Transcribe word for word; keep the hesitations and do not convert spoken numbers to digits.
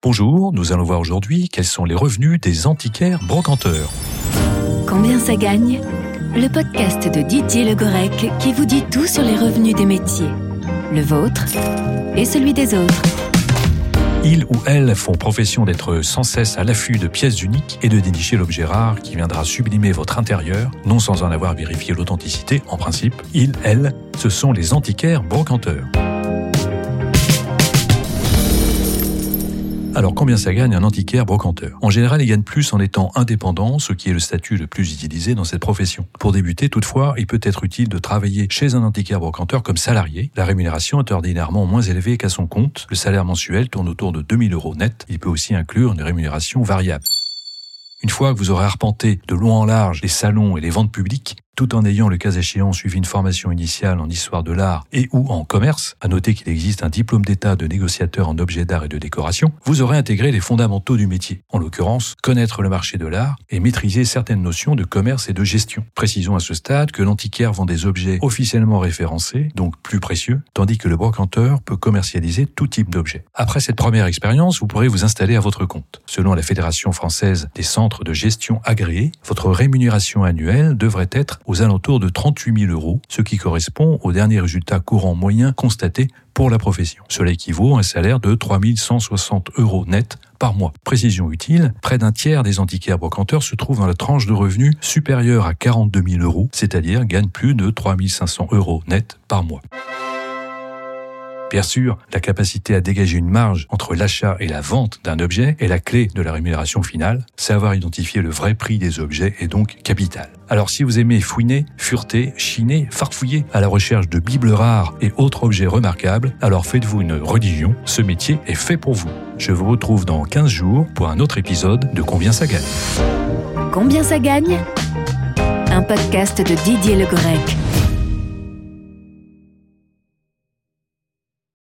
Bonjour, nous allons voir aujourd'hui quels sont les revenus des antiquaires brocanteurs. Combien ça gagne ? Le podcast de Didier Le Gorec qui vous dit tout sur les revenus des métiers, le vôtre et celui des autres. Ils ou elles font profession d'être sans cesse à l'affût de pièces uniques et de dénicher l'objet rare qui viendra sublimer votre intérieur, non sans en avoir vérifié l'authenticité en principe. Ils, elles, ce sont les antiquaires brocanteurs. Alors, combien ça gagne un antiquaire brocanteur ? En général, il gagne plus en étant indépendant, ce qui est le statut le plus utilisé dans cette profession. Pour débuter, toutefois, il peut être utile de travailler chez un antiquaire brocanteur comme salarié. La rémunération est ordinairement moins élevée qu'à son compte. Le salaire mensuel tourne autour de deux mille euros net. Il peut aussi inclure une rémunération variable. Une fois que vous aurez arpenté de long en large les salons et les ventes publiques, tout en ayant le cas échéant suivi une formation initiale en histoire de l'art et ou en commerce, à noter qu'il existe un diplôme d'état de négociateur en objets d'art et de décoration, vous aurez intégré les fondamentaux du métier. En l'occurrence, connaître le marché de l'art et maîtriser certaines notions de commerce et de gestion. Précisons à ce stade que l'antiquaire vend des objets officiellement référencés, donc plus précieux, tandis que le brocanteur peut commercialiser tout type d'objets. Après cette première expérience, vous pourrez vous installer à votre compte. Selon la Fédération française des centres de gestion agréés, votre rémunération annuelle devrait être aux alentours de trente-huit mille euros, ce qui correspond au dernier résultat courant moyen constaté pour la profession. Cela équivaut à un salaire de trois mille cent soixante euros net par mois. Précision utile, près d'un tiers des antiquaires brocanteurs se trouvent dans la tranche de revenus supérieure à quarante-deux mille euros, c'est-à-dire gagnent plus de trois mille cinq cents euros net par mois. Bien sûr, la capacité à dégager une marge entre l'achat et la vente d'un objet est la clé de la rémunération finale. Savoir identifier le vrai prix des objets est donc capital. Alors si vous aimez fouiner, fureter, chiner, farfouiller à la recherche de bibles rares et autres objets remarquables, alors faites-vous une religion, ce métier est fait pour vous. Je vous retrouve dans quinze jours pour un autre épisode de Combien ça gagne ? Combien ça gagne ? Un podcast de Didier Le Gorec.